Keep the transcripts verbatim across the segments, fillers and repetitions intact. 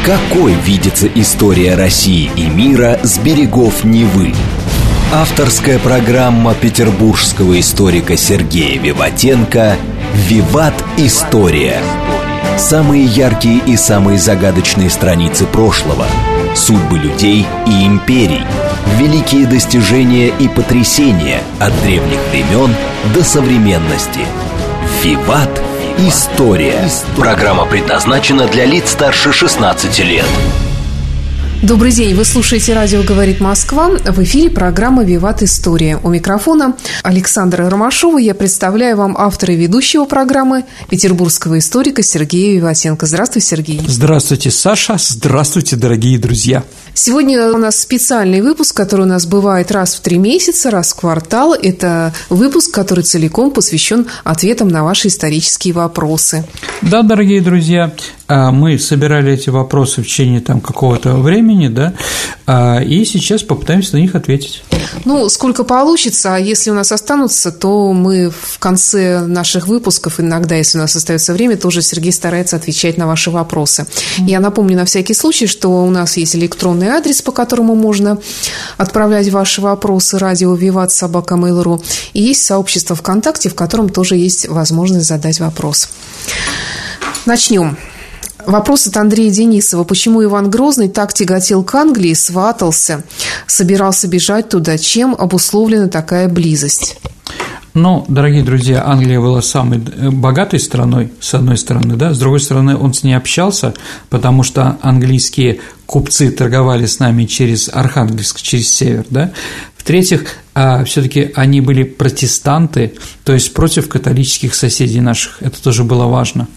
Какой видится история России и мира с берегов Невы? Авторская программа петербургского историка Сергея Виватенко «Виват. История». Самые яркие и самые загадочные страницы прошлого, судьбы людей и империй, великие достижения и потрясения от древних времен до современности. «Виват. История». Программа предназначена для лиц старше шестнадцати лет. Добрый день, вы слушаете «Радио говорит Москва». В эфире программа «Виват. История». У микрофона Александра Ромашова. Я представляю вам автора и ведущего программы, петербургского историка Сергея Виватенко. Здравствуй, Сергей. Здравствуйте, Саша. Здравствуйте, дорогие друзья. Сегодня у нас специальный выпуск, который у нас бывает раз в три месяца, раз в квартал. Это выпуск, который целиком посвящен ответам на ваши исторические вопросы. Да, дорогие друзья, мы собирали эти вопросы в течение там какого-то времени, да, и сейчас попытаемся на них ответить. Ну, сколько получится, а если у нас останутся, то мы в конце наших выпусков, иногда, если у нас остается время, тоже Сергей старается отвечать на ваши вопросы. Я напомню на всякий случай, что у нас есть электронный адрес, по которому можно отправлять ваши вопросы, радио виват собака мейл точка ру, и есть сообщество ВКонтакте, в котором тоже есть возможность задать вопрос. Начнем. Вопрос от Андрея Денисова. Почему Иван Грозный так тяготел к Англии, сватался, собирался бежать туда? Чем обусловлена такая близость? Ну, дорогие друзья, Англия была самой богатой страной, с одной стороны, да, с другой стороны, он с ней общался, потому что английские купцы торговали с нами через Архангельск, через север, да. В-третьих, все-таки они были протестанты, то есть против католических соседей наших, это тоже было важно.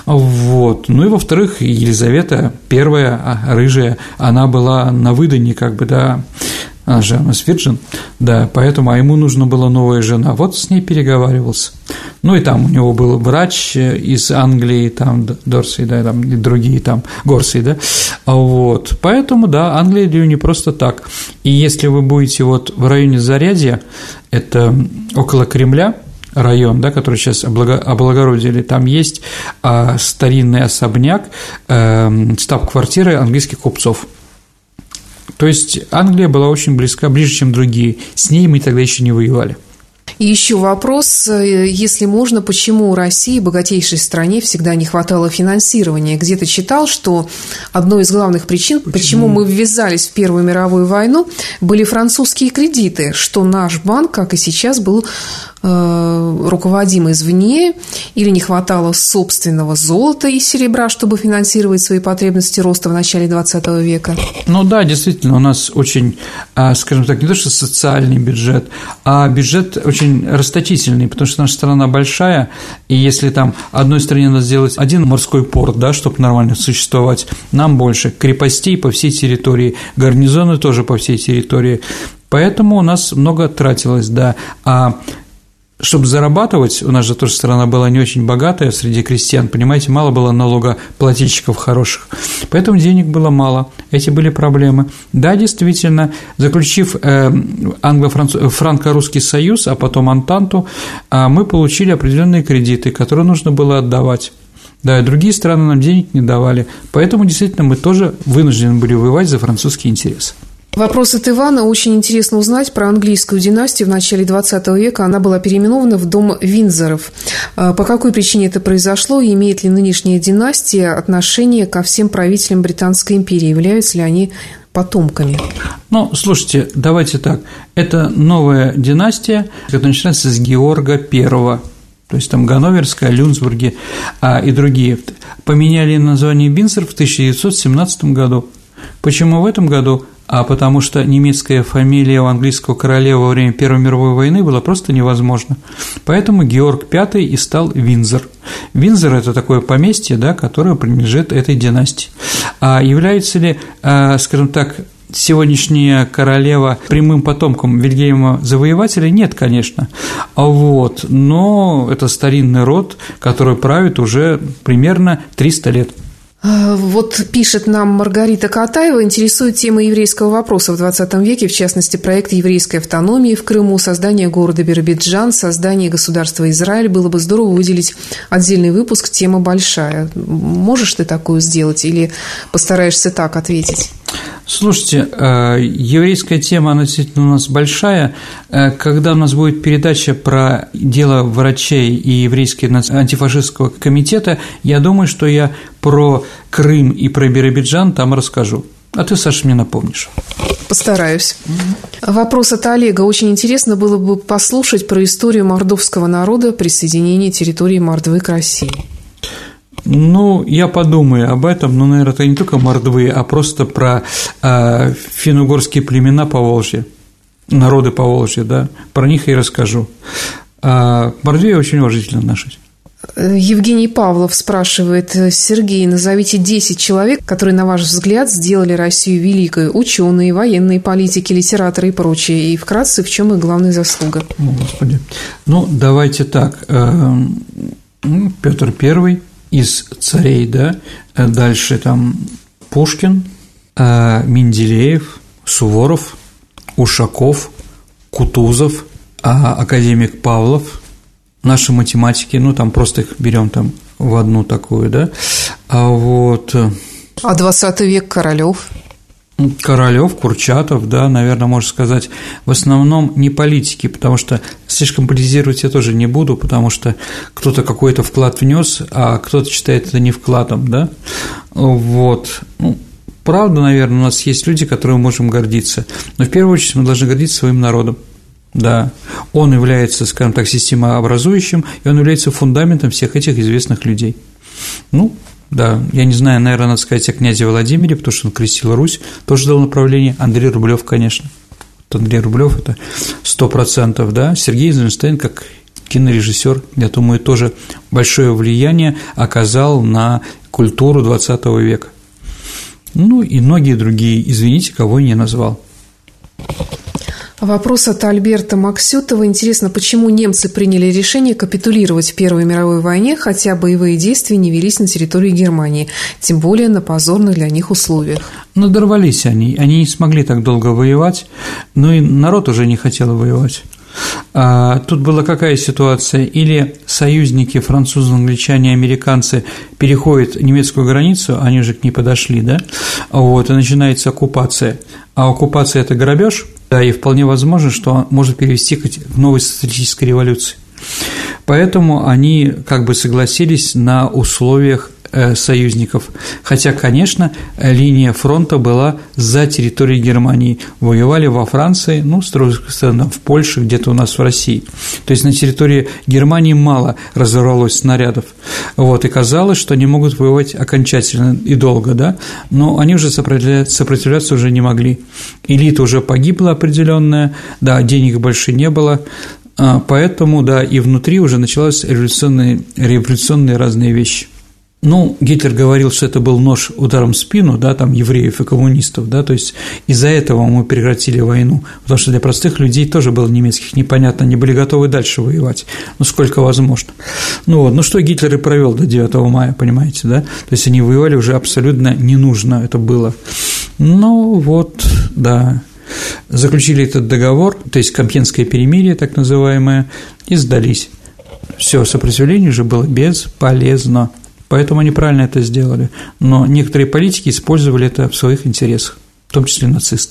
Вот. Ну и во-вторых, Елизавета первая, рыжая, она была на выданье, как бы, да, она же у нас вирджин, да, поэтому, а ему нужна была новая жена, вот с ней переговаривался. Ну и там у него был врач из Англии, там Дорсей, да, там и другие там, Горсей, да, вот, поэтому, да, Англия для него не просто так. И если вы будете вот в районе Зарядья, это около Кремля, район, да, который сейчас облагородили, там есть а, старинный особняк, а, штаб-квартиры английских купцов. То есть Англия была очень близка, ближе, чем другие. С ней мы тогда еще не воевали. И еще вопрос, если можно, почему России, богатейшей стране, всегда не хватало финансирования? Где-то читал, что одной из главных причин, почему? почему мы ввязались в Первую мировую войну, были французские кредиты, что наш банк, как и сейчас, был э, руководим извне, или не хватало собственного золота и серебра, чтобы финансировать свои потребности роста в начале двадцатого века? Ну да, действительно, у нас очень, скажем так, не то что социальный бюджет, а бюджет очень расточительный, потому что наша страна большая, и если там одной стране надо сделать один морской порт, да, чтобы нормально существовать, нам больше, крепостей по всей территории, гарнизоны тоже по всей территории, поэтому у нас много тратилось, да, а чтобы зарабатывать, у нас же тоже страна была не очень богатая среди крестьян, понимаете, мало было налогоплательщиков хороших, поэтому денег было мало, эти были проблемы. Да, действительно, заключив э, англо-франко-русский союз, а потом Антанту, э, мы получили определенные кредиты, которые нужно было отдавать. Да, и другие страны нам денег не давали, поэтому действительно мы тоже вынуждены были воевать за французские интересы. Вопрос от Ивана. Очень интересно узнать про английскую династию в начале двадцатого века. Она была переименована в дом Виндзоров. По какой причине это произошло? И имеет ли нынешняя династия отношение ко всем правителям Британской империи? Являются ли они потомками? Ну, слушайте, давайте так. Это новая династия, которая начинается с Георга Первого. То есть там Ганноверская, Люнсбурги а, и другие. Поменяли название Виндзоров в тысяча девятьсот семнадцатом году. Почему в этом году? А потому что немецкая фамилия у английского короля во время Первой мировой войны была просто невозможна. Поэтому Георг Пятый и стал Виндзор. Виндзор – это такое поместье, да, которое принадлежит этой династии. А является ли, скажем так, сегодняшняя королева прямым потомком Вильгельма Завоевателя? Нет, конечно. Вот. Но это старинный род, который правит уже примерно триста лет. Вот пишет нам Маргарита Катаева, интересует тема еврейского вопроса в двадцатом веке, в частности, проект еврейской автономии в Крыму, создание города Биробиджан, создание государства Израиль. Было бы здорово выделить отдельный выпуск, тема большая. Можешь ты такую сделать или постараешься так ответить? Слушайте, еврейская тема, она действительно у нас большая. Когда у нас будет передача про дело врачей и еврейского антифашистского комитета, я думаю, что я про Крым и про Биробиджан там расскажу. А ты, Саша, мне напомнишь. Постараюсь. Mm-hmm. Вопрос от Олега. Очень интересно было бы послушать про историю мордовского народа, присоединение территории Мордвы к России. Ну, я подумаю об этом, но, наверное, это не только Мордвы, а просто про э, финно-угорские племена Поволжья, народы Поволжья, да, про них я и расскажу. А к Мордве я очень уважительно отношусь. Евгений Павлов спрашивает: Сергей, назовите десять человек, которые, на ваш взгляд, сделали Россию великой: ученые, военные, политики, литераторы и прочее. И вкратце, в чем их главная заслуга? О, Господи. Ну, давайте так. Петр Первый из царей, да, дальше там Пушкин, Менделеев, Суворов, Ушаков, Кутузов, академик Павлов, наши математики, ну, там просто их берем там в одну такую, да, а вот… А двадцатый век Королёв? Королёв, Курчатов, да, наверное, можно сказать, в основном не политики, потому что слишком политизировать я тоже не буду, потому что кто-то какой-то вклад внес, а кто-то считает это не вкладом, да, вот, ну, правда, наверное, у нас есть люди, которыми мы можем гордиться, но в первую очередь мы должны гордиться своим народом, да, он является, скажем так, системообразующим, и он является фундаментом всех этих известных людей, ну, да, я не знаю, наверное, надо сказать о князе Владимире, потому что он крестил Русь, тоже дал направление. Андрей Рублев, конечно. Вот Андрей Рублев – это сто процентов, да. Сергей Эйзенштейн, как кинорежиссер, я думаю, тоже большое влияние оказал на культуру двадцатого века. Ну и многие другие, извините, кого я не назвал. Вопрос от Альберта Максютова. Интересно, почему немцы приняли решение капитулировать в Первой мировой войне, хотя боевые действия не велись на территории Германии, тем более на позорных для них условиях? Надорвались они, они не смогли так долго воевать, но и народ уже не хотел воевать. А тут была какая ситуация? Или союзники, французы, англичане, американцы переходят немецкую границу, они уже к ней подошли, да, вот, и начинается оккупация, а оккупация – это грабеж, да, и вполне возможно, что может перевести к новой социалистической революции. Поэтому они как бы согласились на условиях союзников, хотя, конечно, линия фронта была за территорией Германии, воевали во Франции, ну, в Польше, где-то у нас в России, то есть на территории Германии мало разорвалось снарядов, вот, и казалось, что они могут воевать окончательно и долго, да, но они уже сопротивляться, сопротивляться уже не могли, элита уже погибла определенная, да, денег больше не было, поэтому, да, и внутри уже началась революционные, революционные разные вещи. Ну, Гитлер говорил, что это был нож ударом в спину, да, там, евреев и коммунистов, да, то есть из-за этого мы прекратили войну, потому что для простых людей тоже было немецких непонятно, они были готовы дальше воевать, ну, сколько возможно. Ну, вот, ну, что Гитлер и провел до девятого мая, понимаете, да, то есть они воевали уже абсолютно не нужно, это было. Ну, вот, да, заключили этот договор, то есть Компьенское перемирие, так называемое, и сдались. Все, сопротивление уже было бесполезно. Поэтому они правильно это сделали. Но некоторые политики использовали это в своих интересах, в том числе нацисты.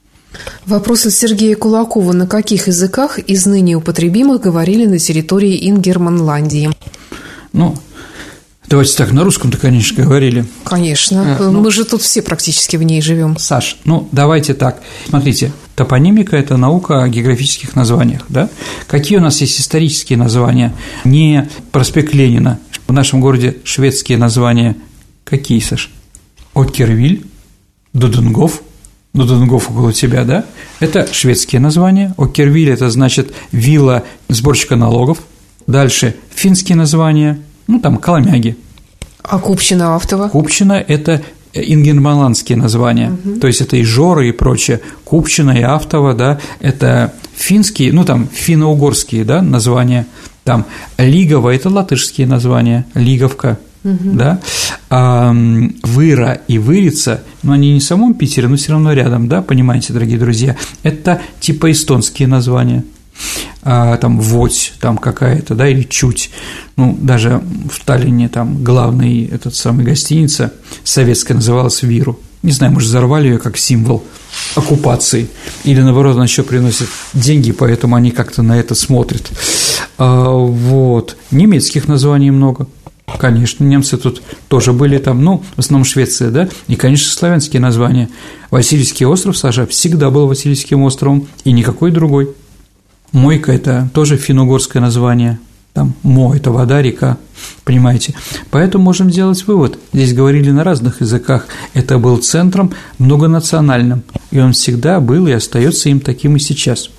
Вопрос от Сергея Кулакова. На каких языках из ныне употребимых говорили на территории Ингерманландии? Ну, давайте так, на русском-то, конечно, говорили. Конечно. А, ну, мы же тут все практически в ней живем. Саш, ну, давайте так. Смотрите, топонимика – это наука о географических названиях, да? Какие у нас есть исторические названия? Не проспект Ленина. В нашем городе шведские названия какие, Саш? Оккервиль, Дуденгоф, Дуденгоф около тебя, да? Это шведские названия. Оккервиль – это значит вилла сборщика налогов. Дальше финские названия, ну, там, Коломяги. А Купчино, Автово? Купчино – это ингерманландские названия, угу. То есть это и Жоры и прочее. Купчино и Автово, да, это финские, ну, там, финно-угорские, да, названия. Там Лигово – это латышские названия, Лиговка, Угу. Да? А Выра и Вырица, ну, они не в самом Питере, но все равно рядом, да, понимаете, дорогие друзья, это типа эстонские названия. А, там Водь, там какая-то, да, или Чуть. Ну, даже в Таллине там главный этот самый гостиница советская называлась Виру. Не знаю, может, взорвали ее как символ оккупации, или, наоборот, она еще приносит деньги, поэтому они как-то на это смотрят. А, вот. Немецких названий много. Конечно, немцы тут тоже были там, ну, в основном Швеция, да, и, конечно, славянские названия. Васильевский остров, Саша, всегда был Васильевским островом, и никакой другой. Мойка – это тоже финно-угорское название, там Мо – это вода, река, понимаете. Поэтому можем сделать вывод, здесь говорили на разных языках, это был центром многонациональным, и он всегда был и остается им таким и сейчас.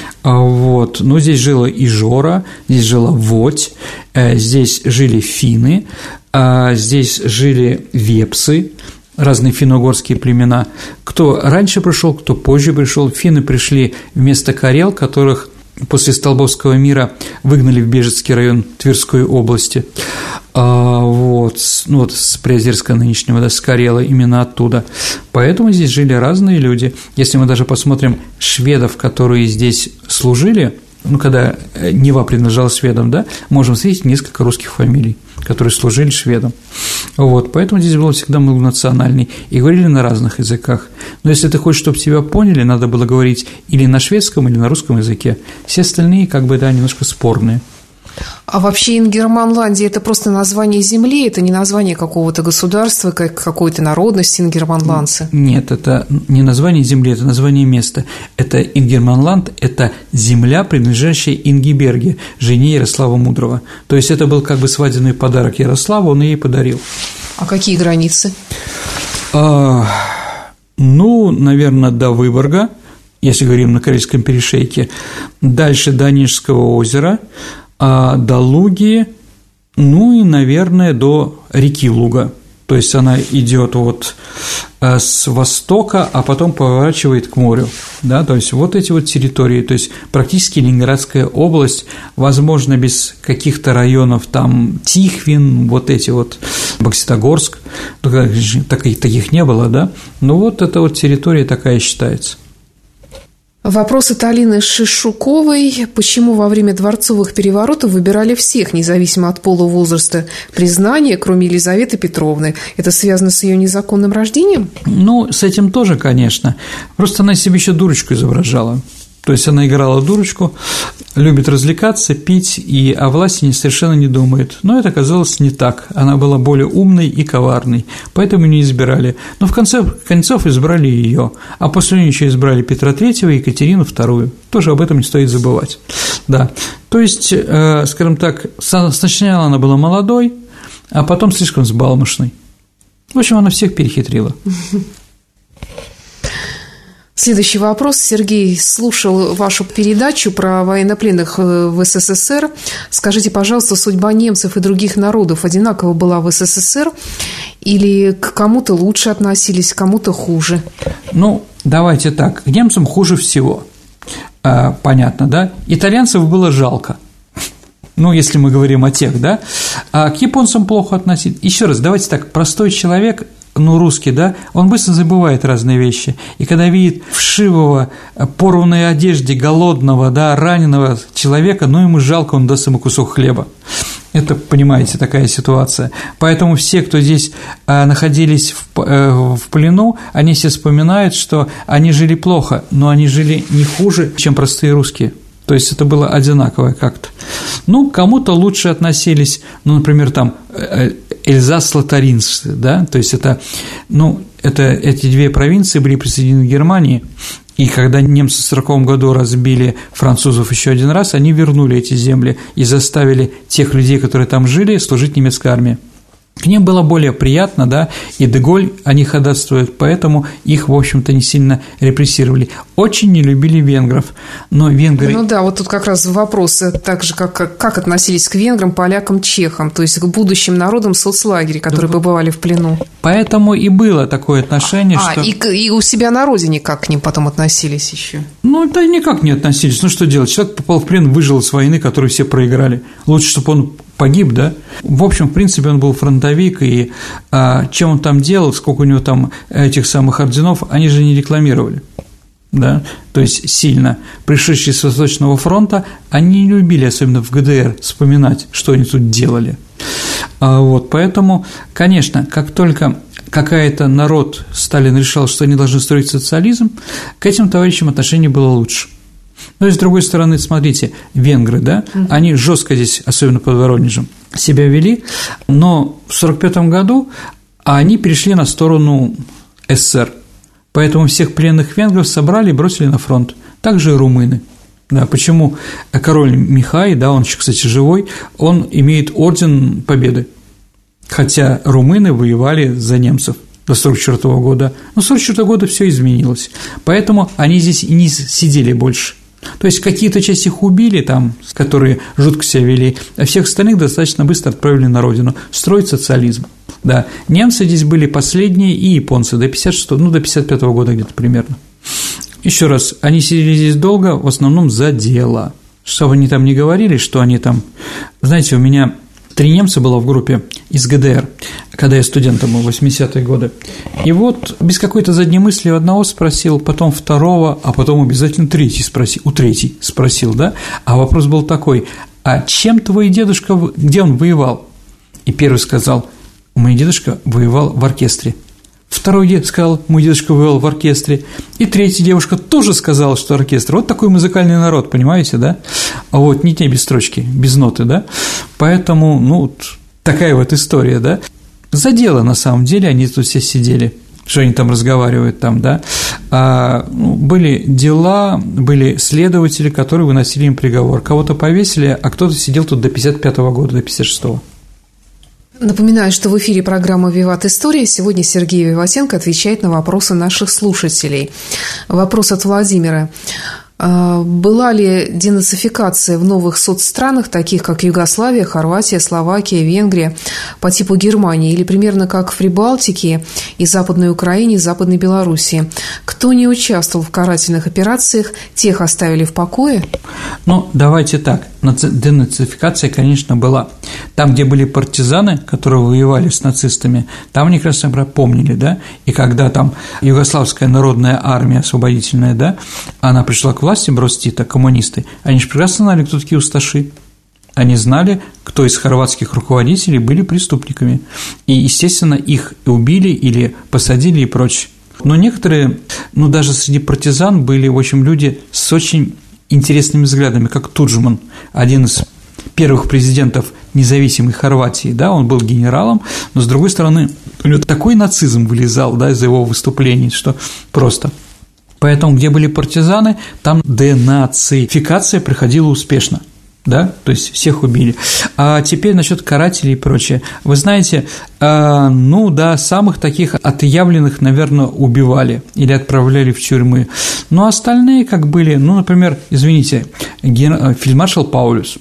Вот. Но здесь жила Ижора, здесь жила Водь, здесь жили финны, здесь жили вепсы, разные финно-угорские племена. Кто раньше пришел, кто позже пришел. Финны пришли вместо карел, которых после Столбовского мира выгнали в Бежецкий район Тверской области. А, вот, ну, вот с Приозерска нынешнего, да, с Карелы, именно оттуда. Поэтому здесь жили разные люди. Если мы даже посмотрим шведов, которые здесь служили, ну, когда Нева принадлежала шведам, да, можем встретить несколько русских фамилий, которые служили шведам. Вот, поэтому здесь было всегда многонациональный, и говорили на разных языках. Но если ты хочешь, чтобы тебя поняли, надо было говорить или на шведском, или на русском языке. Все остальные, как бы, да, немножко спорные. А вообще Ингерманландия – это просто название земли, это не название какого-то государства, как какой-то народности ингерманландцы? Нет, это не название земли, это название места. Это Ингерманланд – это земля, принадлежащая Ингиберге, жене Ярослава Мудрого. То есть это был как бы свадебный подарок Ярославу, он ей подарил. А какие границы? А, ну, наверное, до Выборга, если говорим на Карельском перешейке, дальше до Онежского озера, а до Луги, ну и, наверное, до реки Луга. То есть она идет вот с востока, а потом поворачивает к морю. Да? То есть вот эти вот территории, то есть практически Ленинградская область, возможно, без каких-то районов, там Тихвин, вот эти вот, Бокситогорск, таких не было, да, но вот эта вот территория такая считается. Вопрос от Алины Шишуковой. Почему во время дворцовых переворотов выбирали всех, независимо от пола, возраста, признания, кроме Елизаветы Петровны? Это связано с ее незаконным рождением? Ну, с этим тоже, конечно. Просто она себе еще дурочку изображала. То есть она играла дурочку, любит развлекаться, пить, и о власти совершенно не думает. Но это оказалось не так. Она была более умной и коварной, поэтому не избирали. Но в конце концов избрали ее, а после нее еще избрали Петра Третьего и Екатерину Вторую. Тоже об этом не стоит забывать. Да. То есть, э, скажем так, сначала она была молодой, а потом слишком взбалмошной. В общем, она всех перехитрила. Следующий вопрос. Сергей слушал вашу передачу про военнопленных в СССР. Скажите, пожалуйста, судьба немцев и других народов одинаково была в СССР или к кому-то лучше относились, к кому-то хуже? Ну, давайте так. К немцам хуже всего. А, понятно, да? Итальянцев было жалко. Ну, если мы говорим о тех, да? А к японцам плохо относились. Еще раз, давайте так. Простой человек, ну, русский, да, он быстро забывает разные вещи, и когда видит вшивого, порванной одежде, голодного, да, раненого человека, ну, ему жалко, он даст ему кусок хлеба. Это, понимаете, такая ситуация. Поэтому все, кто здесь находились в плену, они все вспоминают, что они жили плохо, но они жили не хуже, чем простые русские. То есть это было одинаково как-то. Ну, кому-то лучше относились, ну, например, там Эльзас-Лотаринск, да, то есть это, ну, это, эти две провинции были присоединены к Германии, и когда немцы в сороковом году разбили французов еще один раз, они вернули эти земли и заставили тех людей, которые там жили, служить немецкой армии. К ним было более приятно, да, и Деголь о них ходатайствует, поэтому их, в общем-то, не сильно репрессировали. Очень не любили венгров, но венгры… Ну да, вот тут как раз вопрос, так же, как, как относились к венграм, полякам, чехам, то есть к будущим народам соцлагеря, которые да. побывали в плену. Поэтому и было такое отношение, а, что… А, и, и у себя на родине как к ним потом относились еще? Ну, да никак не относились. Ну, что делать? Человек попал в плен, выжил с войны, которую все проиграли. Лучше, чтобы он погиб, да? В общем, в принципе, он был фронтовик, и а, чем он там делал, сколько у него там этих самых орденов, они же не рекламировали, да? То есть сильно пришедшие с Восточного фронта, они не любили, особенно в ГДР, вспоминать, что они тут делали. А, вот, поэтому, конечно, как только какая-то народ, Сталин решал, что они должны строить социализм, к этим товарищам отношение было лучше. Но и с другой стороны, смотрите, венгры, да, угу. они жестко здесь, особенно под Воронежем, себя вели, но в сорок пятом году они перешли на сторону СССР, поэтому всех пленных венгров собрали и бросили на фронт, также и румыны. Да, почему король Михай, да, он еще, кстати, живой, он имеет орден Победы, хотя румыны воевали за немцев до сорок четвёртого года, но с сорок четвёртого года все изменилось, поэтому они здесь и не сидели больше. То есть какие-то части их убили, там, которые жутко себя вели, а всех остальных достаточно быстро отправили на родину строить социализм. Да, немцы здесь были последние и японцы до пятьдесят шестого, ну, до пятьдесят пятого года где-то примерно. Еще раз, они сидели здесь долго, в основном за дело. Что бы они там ни говорили, что они там… Знаете, у меня три немца было в группе из ГДР, когда я студентом был в восьмидесятые годы. И вот без какой-то задней мысли у одного спросил, потом второго, а потом обязательно третий спросил, у третий спросил, да? А вопрос был такой: а чем твой дедушка, где он воевал? И первый сказал: у меня дедушка воевал в оркестре. Второй дед сказал: мой дедушка воевал в оркестре. И третья девушка тоже сказала, что оркестр. Вот такой музыкальный народ, понимаете, да? А вот не те без строчки, без ноты, да? Поэтому, ну, такая вот история, да? За дело, на самом деле, они тут все сидели, что они там разговаривают там, да? А, ну, были дела, были следователи, которые выносили им приговор. Кого-то повесили, а кто-то сидел тут до пятьдесят пятого года, до пятьдесят шестого. Напоминаю, что в эфире программа «Виват. История». Сегодня Сергей Виватенко отвечает на вопросы наших слушателей. Вопрос от Владимира. Была ли денацификация в новых соцстранах, таких как Югославия, Хорватия, Словакия, Венгрия, по типу Германии, или примерно как в Прибалтике и Западной Украине, и Западной Белоруссии? Кто не участвовал в карательных операциях, тех оставили в покое? Ну, давайте так. Денацификация, конечно, была. Там, где были партизаны, которые воевали с нацистами, там они, как раз, помнили, да, и когда там Югославская народная армия освободительная, да, она пришла к власти, брос Тита, коммунисты, они же прекрасно знали, кто такие усташи. Они знали, кто из хорватских руководителей были преступниками, и, естественно, их убили или посадили и прочее. Но некоторые, ну, даже среди партизан были, в общем, люди с очень интересными взглядами, как Туджман, один из первых президентов независимой Хорватии, да, он был генералом, но, с другой стороны, у него такой нацизм вылезал, да, из его выступлений, что просто… Поэтому, где были партизаны, там денацификация проходила успешно, да, то есть всех убили. А теперь насчет карателей и прочее. Вы знаете, ну да, самых таких отъявленных, наверное, убивали или отправляли в тюрьмы. Но остальные как были, ну, например, извините, фельдмаршал Паулюс,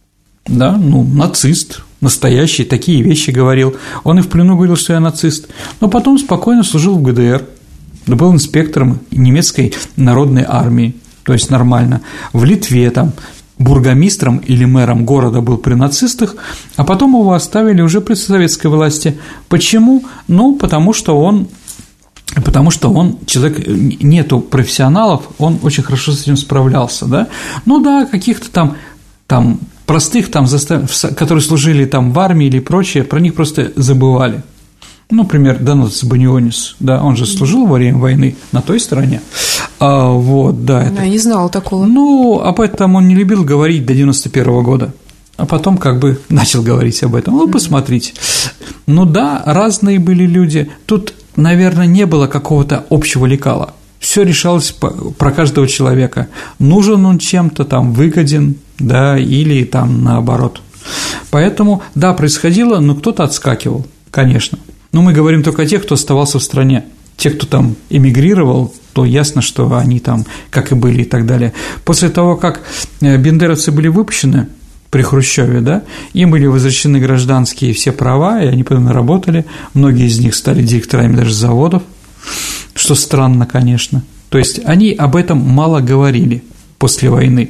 да, ну, нацист, настоящий, такие вещи говорил. Он и в плену говорил, что я нацист, но потом спокойно служил в ГДР. Был инспектором немецкой народной армии, то есть нормально. В Литве там бургомистром или мэром города был при нацистах, а потом его оставили уже при советской власти. Почему? Ну, потому что он… Потому что он человек, нету профессионалов, он очень хорошо с этим справлялся, да. Ну да, каких-то там, там простых, там, которые служили там в армии или прочее, про них просто забывали. Ну, например, Донатас Банионис, да, он же служил во время войны на той стороне, а, вот, да. Это… Я не знала такого. Ну, об этом он не любил говорить до девяносто первого года, а потом как бы начал говорить об этом. Ну, посмотрите. Ну да, разные были люди, тут, наверное, не было какого-то общего лекала, все решалось про каждого человека, нужен он чем-то, там, выгоден, да, или там наоборот. Поэтому, да, происходило, но кто-то отскакивал, конечно. Но мы говорим только о тех, кто оставался в стране. Те, кто там эмигрировал, то ясно, что они там, как и были, и так далее. После того, как бендеровцы были выпущены при Хрущеве, да, им были возвращены гражданские все права, и они потом работали. Многие из них стали директорами даже заводов, что странно, конечно. То есть они об этом мало говорили после войны.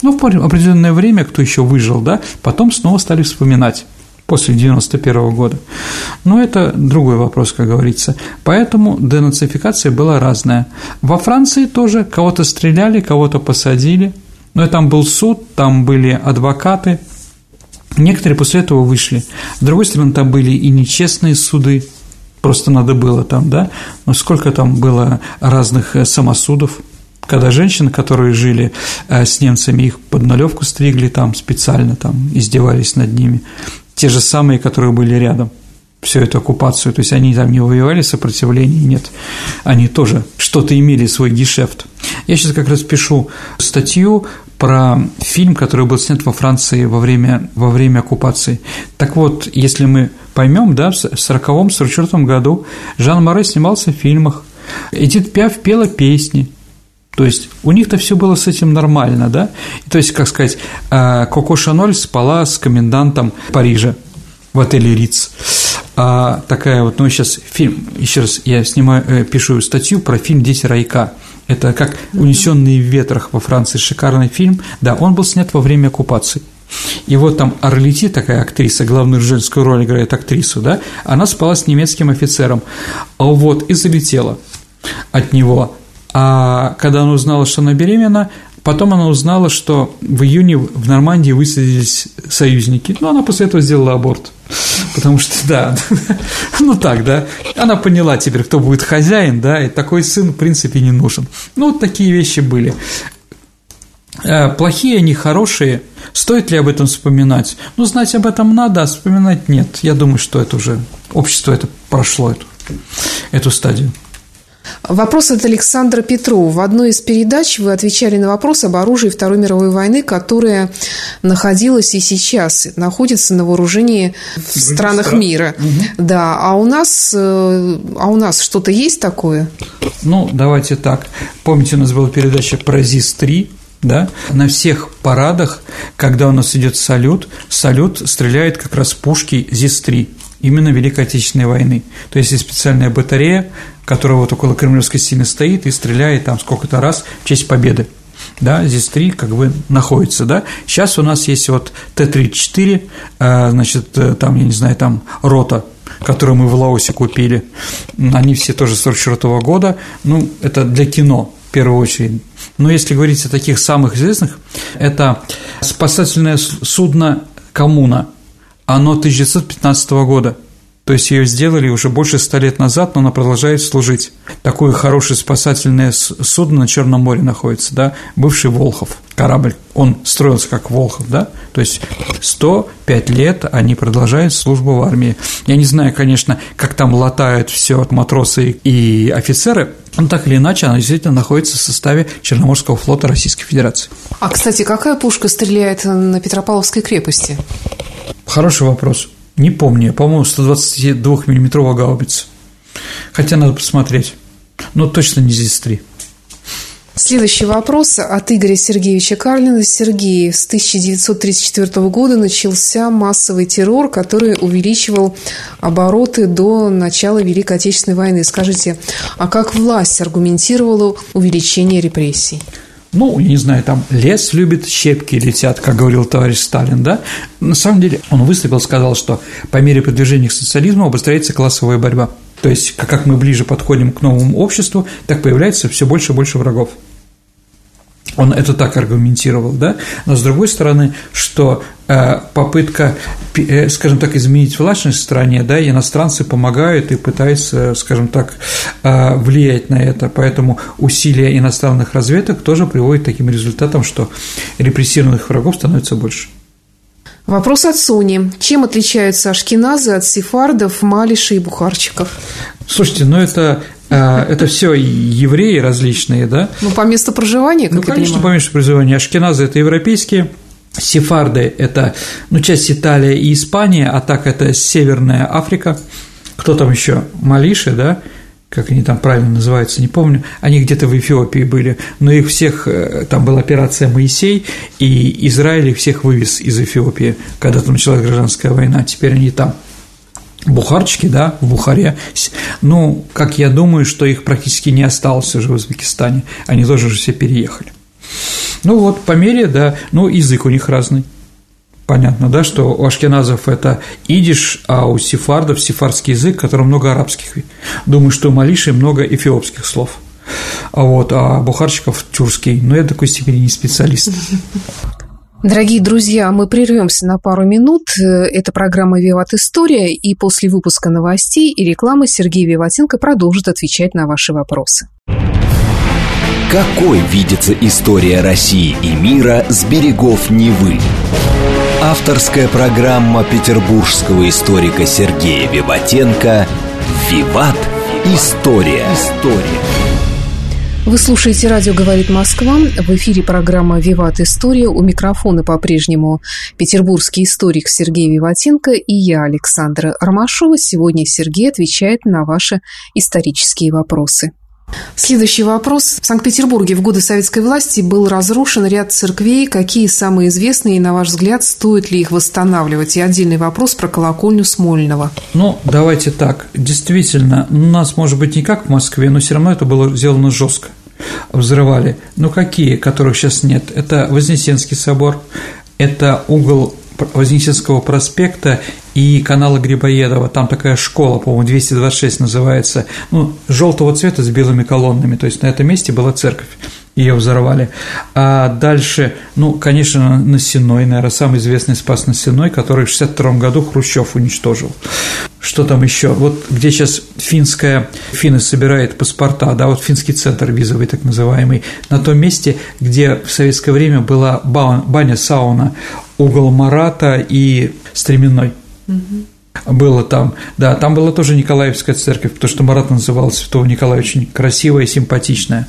Ну, в определенное время, кто еще выжил, да, потом снова стали вспоминать после девяносто первого года. Но это другой вопрос, как говорится. Поэтому денацификация была разная. Во Франции тоже кого-то стреляли, кого-то посадили. Но там был суд, там были адвокаты. Некоторые после этого вышли. С другой стороны, там были и нечестные суды. Просто надо было там, да. Но сколько там было разных самосудов. Когда женщины, которые жили с немцами, их под нулевку стригли там специально, там издевались над ними. Те же самые, которые были рядом, всю эту оккупацию. То есть они там не воевали, сопротивления нет. Они тоже что-то имели, свой гешефт. Я сейчас как раз пишу статью про фильм, который был снят во Франции во время, во время оккупации. Так вот, если мы поймем, да, в сороковом сорок четвёртом году Жан Море снимался в фильмах, Эдит Пиаф пела песни. То есть у них-то все было с этим нормально, да? То есть, как сказать, Коко Шанель спала с комендантом Парижа в отеле Риц. А такая вот, ну, сейчас фильм, еще раз я снимаю, пишу статью про фильм «Дети райка». Это как «Унесенные в ветрах» во Франции, шикарный фильм. Да, он был снят во время оккупации. И вот там Арлети, такая актриса, главную женскую роль играет актрису, да, она спала с немецким офицером, вот, и залетела от него. А когда она узнала, что она беременна, потом она узнала, что в июне в Нормандии высадились союзники. Ну, она после этого сделала аборт. Потому что, да, ну так, да, она поняла теперь, кто будет хозяин, да, и такой сын, в принципе, не нужен. Ну, вот такие вещи были. Плохие они, хорошие. Стоит ли об этом вспоминать? Ну, знать об этом надо, а вспоминать нет. Я думаю, что это уже, общество это прошло, эту, эту стадию. Вопрос от Александра Петрова. В одной из передач вы отвечали на вопрос об оружии Второй мировой войны, которое находилось и сейчас находится на вооружении в странах стран. мира. Угу. Да, а у нас, а у нас что-то есть такое? Ну, давайте так. Помните, у нас была передача про ЗИС три, да? На всех парадах, когда у нас идет салют, салют стреляет как раз пушки ЗИС три. Именно Великой Отечественной войны. То есть есть специальная батарея, которая вот около Кремлевской стены стоит и стреляет там сколько-то раз в честь победы. Да, здесь три как бы находится, да. Сейчас у нас есть вот Т тридцать четыре, значит, там, я не знаю, там рота, которую мы в Лаосе купили, они все тоже сорок четвёртого года, ну, это для кино в первую очередь. Но если говорить о таких самых известных, это спасательное судно «Коммуна», оно тысяча девятьсот пятнадцатого года, то есть ее сделали уже больше ста лет назад, но она продолжает служить. Такое хорошее спасательное судно на Черном море находится, да, бывший Волхов корабль, он строился как Волхов, да, то есть сто пять лет они продолжают службу в армии. Я не знаю, конечно, как там латают все матросы и офицеры, но так или иначе она действительно находится в составе Черноморского флота Российской Федерации. А, кстати, какая пушка стреляет на Петропавловской крепости? Хороший вопрос. Не помню, по-моему, сто двадцатидвухмиллиметровая гаубица. Хотя надо посмотреть. Но точно не ЗИС три. Следующий вопрос от Игоря Сергеевича Карлина. Сергей, с тысяча девятьсот тридцать четвёртого года начался массовый террор, который увеличивал обороты до начала Великой Отечественной войны. Скажите, а как власть аргументировала увеличение репрессий? Ну, я не знаю, там лес любит, щепки летят, как говорил товарищ Сталин, да? На самом деле он выступил, сказал, что по мере продвижения к социализму обостряется классовая борьба. То есть, как мы ближе подходим к новому обществу, так появляется все больше и больше врагов. Он это так аргументировал, да? Но с другой стороны, что э, попытка, э, скажем так, изменить власть в стране, да, и иностранцы помогают и пытаются, скажем так, э, влиять на это, поэтому усилия иностранных разведок тоже приводят к таким результатам, что репрессированных врагов становится больше. Вопрос от Сони. Чем отличаются ашкеназы от сефардов, малишей и бухарчиков? Слушайте, ну это... Это все евреи различные, да? Ну, по месту проживания, как ну, я конечно, понимаю. по месту проживания. Ашкеназы – это европейские, сефарды – это, ну, часть Италии и Испания, а так это Северная Африка. Кто там еще? Малиши, да? Как они там правильно называются, не помню. Они где-то в Эфиопии были, но их всех, там была операция «Моисей», и Израиль их всех вывез из Эфиопии, когда там началась гражданская война, теперь они там. Бухарчики, да, в Бухаре, ну, как я думаю, что их практически не осталось уже в Узбекистане, они тоже уже все переехали. Ну вот, по мере, да, ну, язык у них разный. Понятно, да, что у ашкеназов это идиш, а у сефардов сефардский язык, в котором много арабских. Думаю, что у малишей много эфиопских слов. А вот, а бухарчиков тюркский. Но я до такой степени не специалист. Дорогие друзья, мы прервемся на пару минут. Это программа «Виват. История», и после выпуска новостей и рекламы Сергей Виватенко продолжит отвечать на ваши вопросы. Какой видится история России и мира с берегов Невы? Авторская программа петербургского историка Сергея Виватенко «Виват. История». История. Вы слушаете «Радио говорит Москва». В эфире программа «Виват. История». У микрофона по-прежнему петербургский историк Сергей Виватенко и я, Александра Ромашова. Сегодня Сергей отвечает на ваши исторические вопросы. Следующий вопрос. В Санкт-Петербурге в годы советской власти был разрушен ряд церквей. Какие самые известные, и, на ваш взгляд, стоит ли их восстанавливать? И отдельный вопрос про колокольню Смольного. Ну, давайте так. Действительно, у нас, может быть, не как в Москве, но все равно это было сделано жестко. Взрывали. Ну, какие, которых сейчас нет? Это Вознесенский собор, это угол Вознесенского проспекта и канала Грибоедова. Там такая школа, по-моему, двести двадцать шесть называется, ну, желтого цвета с белыми колоннами. То есть на этом месте была церковь, ее взорвали. А дальше, ну, конечно, на Сенной, наверное, самый известный Спас на Сенной, который в шестьдесят втором году Хрущев уничтожил. Что там еще? Вот где сейчас финская, финны собирают паспорта, да, вот финский центр визовый, так называемый, на том месте, где в советское время была баня-сауна, угол Марата и Стременной. Угу. Было там, да, там была тоже Николаевская церковь, потому что Марат называл Святого Николая, очень красивая и симпатичная.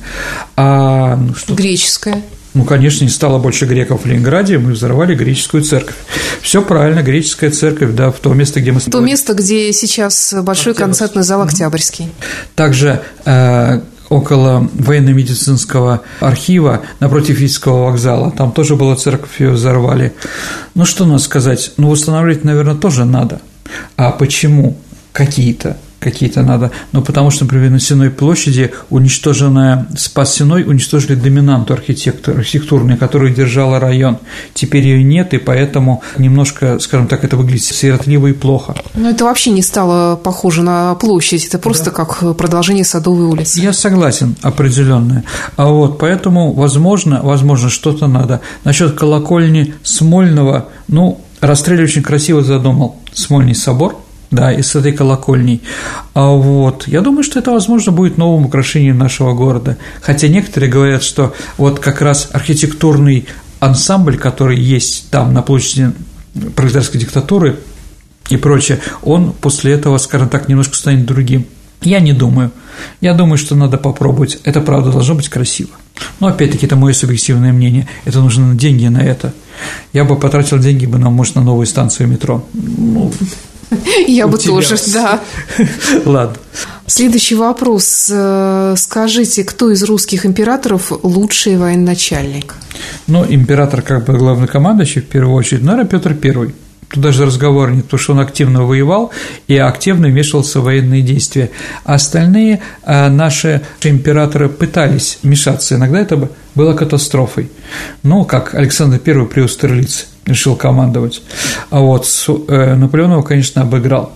А, ну, что... Греческая. Ну, конечно, не стало больше греков в Ленинграде, мы взорвали греческую церковь. Все правильно, греческая церковь, да, в то место, где мы... То место, где сейчас большой концертный зал Октябрьский. Также э, около военно-медицинского архива, напротив Витебского вокзала, там тоже была церковь, ее взорвали. Ну, что надо сказать? Ну, восстанавливать, наверное, тоже надо. А почему? Какие-то. Какие-то надо, но потому что, например, на Сенной площади уничтоженная, Спас Сенной уничтожили доминанту архитектурную, которую держала район. Теперь ее нет, и поэтому немножко, скажем так, это выглядит сиротливо и плохо. Но это вообще не стало похоже на площадь, это просто да. как продолжение Садовой улицы. Я согласен, определенно. А вот поэтому, возможно, возможно, что-то надо. Насчет колокольни Смольного, ну, Растрелли очень красиво задумал Смольный собор. Да, и с этой колокольней. А вот, я думаю, что это, возможно, будет новым украшением нашего города. Хотя некоторые говорят, что вот как раз архитектурный ансамбль, который есть там на площади пролетарской диктатуры и прочее, он после этого, скажем так, немножко станет другим. Я не думаю. Я думаю, что надо попробовать. Это, правда, должно быть красиво. Но, опять-таки, это мое субъективное мнение. Это нужны деньги на это. Я бы потратил деньги бы, на, может, на новую станцию метро. Ну, Я бы тоже, да. Ладно. Следующий вопрос. Скажите, кто из русских императоров лучший военачальник? Ну, император, как бы главнокомандующий, в первую очередь, наверное, Петр Первый. Тут даже разговора нет, потому что он активно воевал и активно вмешивался в военные действия. А остальные наши императоры пытались вмешаться. Иногда это было катастрофой. Ну, как Александр Первый при Аустерлице решил командовать. А вот Наполеон его, конечно, обыграл.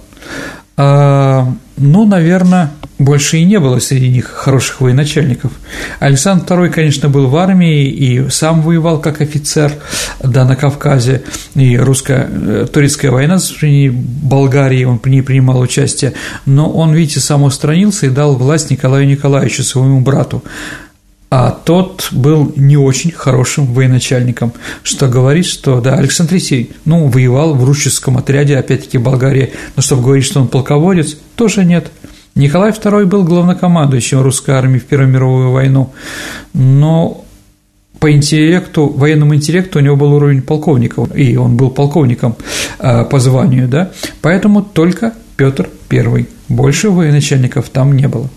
А, ну, наверное, больше и не было среди них хороших военачальников. Александр Второй, конечно, был в армии и сам воевал как офицер, да, на Кавказе, и русско- турецкая война в Болгарии, он в ней принимал участие, но он, видите, самоустранился и дал власть Николаю Николаевичу, своему брату. А тот был не очень хорошим военачальником, что говорит, что, да, Александр Третий, ну, воевал в русском отряде, опять-таки, в Болгарии, но чтобы говорить, что он полководец, тоже нет. Николай Второй был главнокомандующим русской армии в Первую мировую войну, но по интеллекту, военному интеллекту у него был уровень полковника, и он был полковником э, по званию, да, поэтому только Петр Первый, больше военачальников там не было.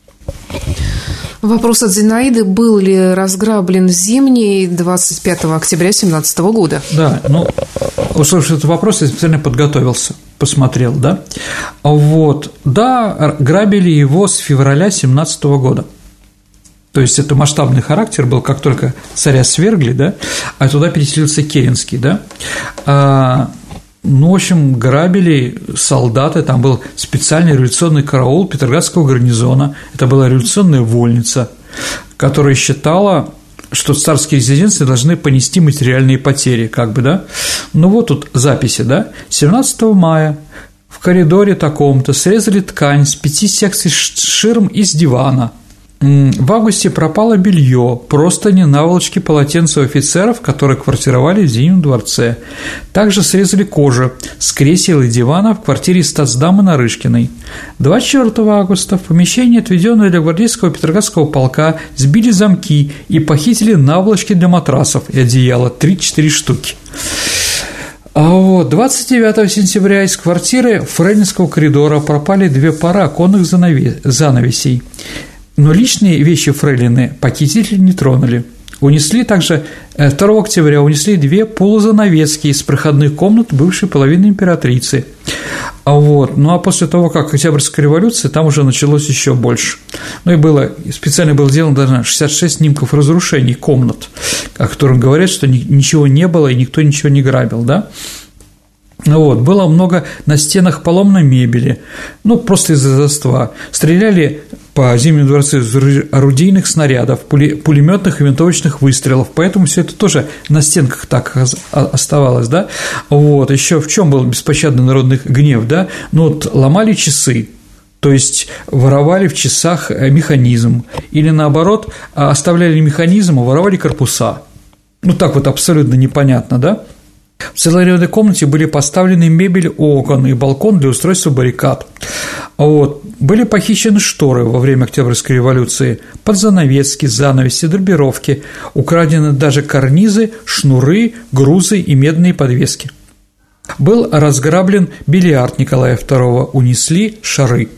Вопрос от Зинаиды. Был ли разграблен Зимний двадцать пятого октября семнадцатого года? Да, ну, услышав этот вопрос, я специально подготовился, посмотрел, да. Вот, да, грабили его с февраля семнадцатого года. То есть это масштабный характер был, как только царя свергли, да, а туда переселился Керенский, да. А, ну, в общем, грабили солдаты, там был специальный революционный караул Петроградского гарнизона, это была революционная вольница, которая считала, что царские резиденции должны понести материальные потери, как бы, да. Ну, вот тут записи, да, семнадцатого мая в коридоре таком-то срезали ткань с пяти секций ширм из дивана. В августе пропало белье, простыни, наволочки, полотенца у офицеров, которые квартировали в Зимнем дворце. Также срезали кожу с кресел и дивана в квартире статсдамы Нарышкиной. двадцать четвёртого августа в помещении, отведенное для гвардейского Петроградского полка, сбили замки и похитили наволочки для матрасов и одеяла три-четыре штуки. А вот двадцать девятого сентября из квартиры Фрелинского коридора пропали две пары оконных занавесей. Но личные вещи фрейлины похитители не тронули. Унесли также, второго октября унесли две полузанавески из проходных комнат бывшей половины императрицы. А вот, ну а после того, как Октябрьская революция, там уже началось еще больше. Ну и было, специально было сделано даже шестьдесят шесть снимков разрушений комнат, о которых говорят, что ничего не было и никто ничего не грабил, да. Вот, было много на стенах поломной мебели, ну, просто из-за заства. Стреляли по Зимнему дворцу из орудийных снарядов, пулеметных и винтовочных выстрелов, поэтому все это тоже на стенках так оставалось, да. Вот, еще в чем был беспощадный народный гнев, да, ну, вот ломали часы, то есть воровали в часах механизм, или наоборот, оставляли механизм, а воровали корпуса. Ну, так вот абсолютно непонятно, да. В целорядной комнате были поставлены мебель, окон и балкон для устройства баррикад. Вот. Были похищены шторы во время Октябрьской революции, подзанавески, занавеси, драпировки, украдены даже карнизы, шнуры, грузы и медные подвески. Был разграблен бильярд Николая второго, унесли шары.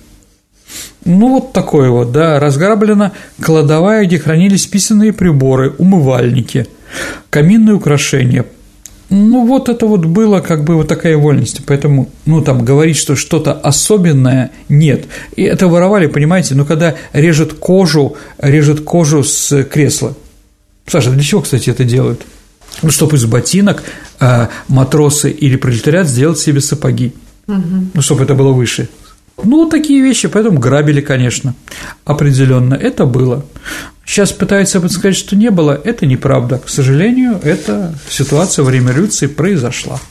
Ну, вот такое вот, да, разграблена кладовая, где хранились писаные приборы, умывальники, каминные украшения. Ну, вот это вот было как бы вот такая вольность, поэтому, ну, там, говорить, что что-то особенное, нет. И это воровали, понимаете, ну, когда режет кожу, режет кожу с кресла. Саша, для чего, кстати, это делают? Ну, чтобы из ботинок э, матросы или пролетариат сделать себе сапоги, угу. Ну, чтобы это было выше. Ну, вот такие вещи, поэтому грабили, конечно, определенно, это было. Сейчас пытаются сказать, что не было, это неправда. К сожалению, эта ситуация во время революции произошла.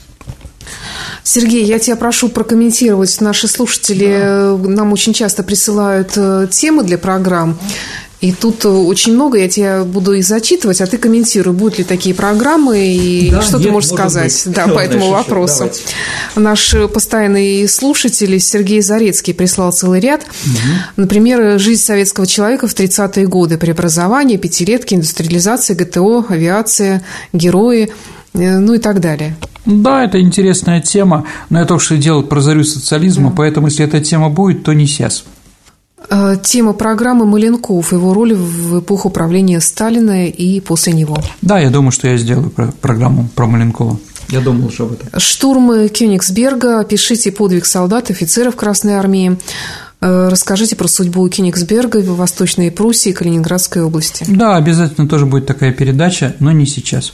Сергей, я тебя прошу прокомментировать. Наши слушатели да. нам очень часто присылают темы для программ. И тут очень много, я тебя буду их зачитывать, а ты комментируй, будут ли такие программы и да, что нет, ты можешь сказать да, по этому еще, вопросу. Давайте. Наш постоянный слушатель Сергей Зарецкий прислал целый ряд. Угу. Например, жизнь советского человека в тридцатые годы, преобразование, пятилетки, индустриализация, ГТО, авиация, герои, ну и так далее. Да, это интересная тема, но я только что делал про зарю социализма, да. Поэтому если эта тема будет, то не сейчас. Тема программы Маленков, его роль в эпоху правления Сталина и после него. Да, я думаю, что я сделаю программу про Маленкова. Я думал уже об этом. Штурм Кёнигсберга. Пишите подвиг солдат, офицеров Красной Армии. Расскажите про судьбу Кёнигсберга в Восточной Пруссии и Калининградской области. Да, обязательно тоже будет такая передача, но не сейчас.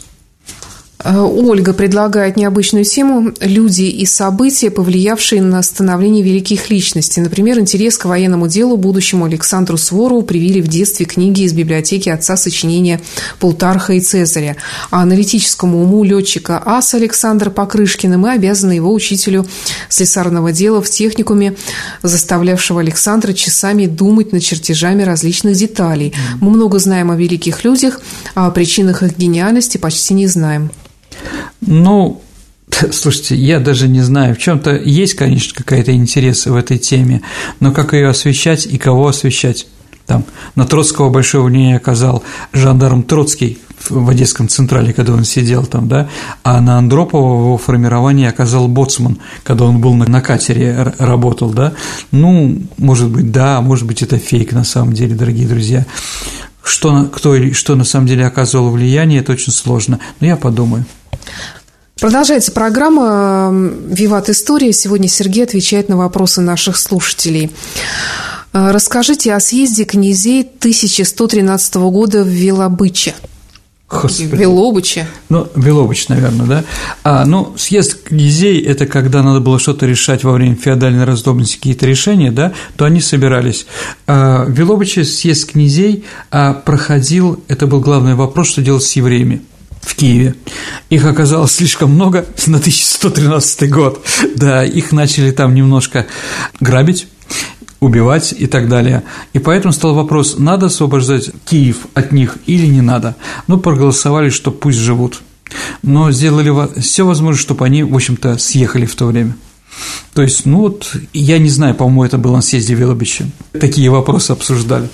Ольга предлагает необычную тему «Люди и события, повлиявшие на становление великих личностей». Например, интерес к военному делу будущему Александру Суворову привили в детстве книги из библиотеки отца сочинения Плутарха и Цезаря. А аналитическому уму летчика ас Александра Покрышкина мы обязаны его учителю слесарного дела в техникуме, заставлявшего Александра часами думать над чертежами различных деталей. Мы много знаем о великих людях, а о причинах их гениальности почти не знаем. Ну, слушайте, я даже не знаю, в чем-то есть, конечно, какая-то интерес в этой теме, но как ее освещать и кого освещать? Там на Троцкого большое влияние оказал жандарм Троцкий в Одесском Централе, когда он сидел там, да, а на Андропова в его формировании оказал боцман, когда он был на катере, работал, да. Ну, может быть, да, может быть, это фейк на самом деле, дорогие друзья. Что, кто, что на самом деле оказывало влияние, это очень сложно, но я подумаю. Продолжается программа «Виват. История». Сегодня Сергей отвечает на вопросы наших слушателей. Расскажите о съезде князей тысяча сто тринадцатого года в Вилобыче. Господи. Вилобыче. Ну, Вилобыч, наверное, да. А, ну, съезд князей – это когда надо было что-то решать во время феодальной раздробности, какие-то решения, да, то они собирались. А, в Вилобыче съезд князей а, проходил, это был главный вопрос, что делать с евреями в Киеве. Их оказалось слишком много на тысяча сто тринадцатый год, да, их начали там немножко грабить, убивать и так далее. И поэтому стал вопрос, надо освобождать Киев от них или не надо. Ну, проголосовали, что пусть живут. Но сделали все возможное, чтобы они, в общем-то, съехали в то время. То есть, ну вот, я не знаю, по-моему, это было на съезде в Вилобыче. Такие вопросы обсуждали.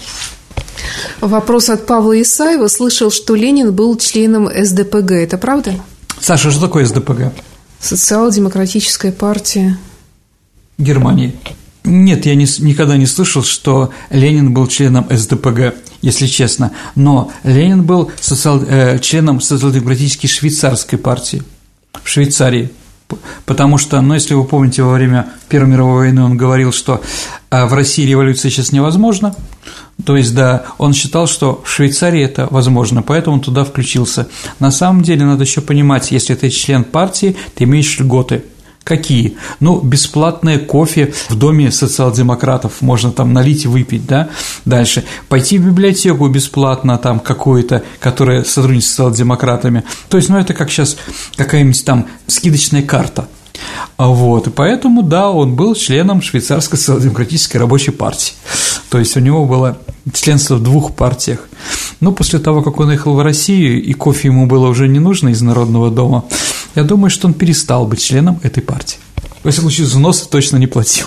Вопрос от Павла Исаева. Слышал, что Ленин был членом эс дэ пэ гэ. Это правда? Саша, что такое эс дэ пэ гэ? Социал-демократическая партия Германии. Нет, я не, никогда не слышал, что Ленин был членом эс дэ пэ гэ, если честно, но Ленин был социал, э, членом социал-демократической швейцарской партии в Швейцарии, потому что, ну, если вы помните, во время Первой мировой войны он говорил, что э, в России революция сейчас невозможна, то есть, да, он считал, что в Швейцарии это возможно, поэтому он туда включился. На самом деле, надо еще понимать, если ты член партии, ты имеешь льготы. Какие? Ну, бесплатное кофе в доме социал-демократов, можно там налить и выпить, да, дальше, пойти в библиотеку бесплатно там какую-то, которая сотрудничает с социал-демократами, то есть, ну, это как сейчас какая-нибудь там скидочная карта, вот, и поэтому, да, он был членом швейцарской социал-демократической рабочей партии, то есть, у него было членство в двух партиях. Но после того, как он ехал в Россию, и кофе ему было уже не нужно из Народного дома, я думаю, что он перестал быть членом этой партии. В этом случае взносы точно не платил.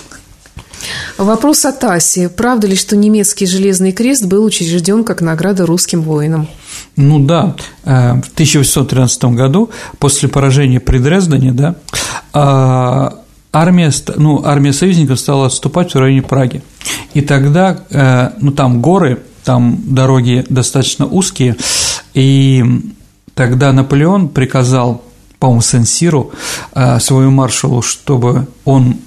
Вопрос от Аси. Правда ли, что немецкий железный крест был учрежден как награда русским воинам? Ну да, в тысяча восемьсот тринадцатом году, после поражения при Дрездене, да, армия, ну, армия союзников стала отступать в районе Праги. И тогда, ну, там горы, там дороги достаточно узкие, и тогда Наполеон приказал, по-моему, Сен-Сиру, своему маршалу, чтобы он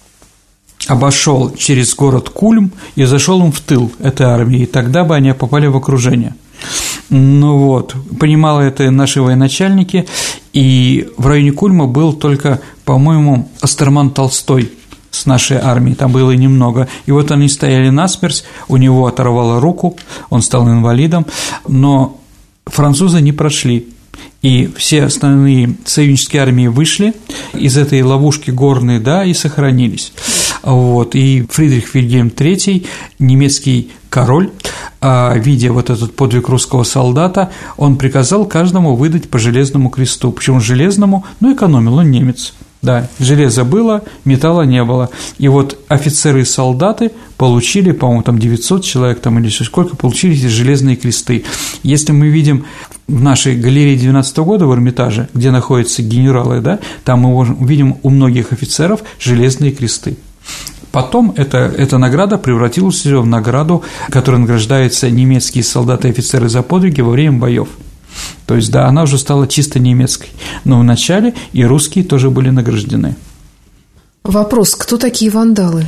обошел через город Кульм и зашел им в тыл этой армии, и тогда бы они попали в окружение. Ну вот, понимали это наши военачальники, и в районе Кульма был только, по-моему, Остерман Толстой с нашей армией, там было немного, и вот они стояли насмерть, у него оторвало руку, он стал инвалидом, но французы не прошли. И все остальные союзнические армии вышли из этой ловушки горной, да, и сохранились. Вот. И Фридрих Вильгельм третий, немецкий король, видя вот этот подвиг русского солдата, он приказал каждому выдать по железному кресту. Почему железному? Ну, экономил, он немец. Да, железа было, металла не было. И вот офицеры и солдаты получили, по-моему, там девятьсот человек там или сколько, получили эти железные кресты. Если мы видим в нашей галерее девятнадцатого года в Эрмитаже, где находятся генералы, да, там мы увидим у многих офицеров железные кресты. Потом эта, эта награда превратилась в награду, которой награждаются немецкие солдаты и офицеры за подвиги во время боев. То есть, да, она уже стала чисто немецкой, но вначале и русские тоже были награждены. Вопрос, кто такие вандалы?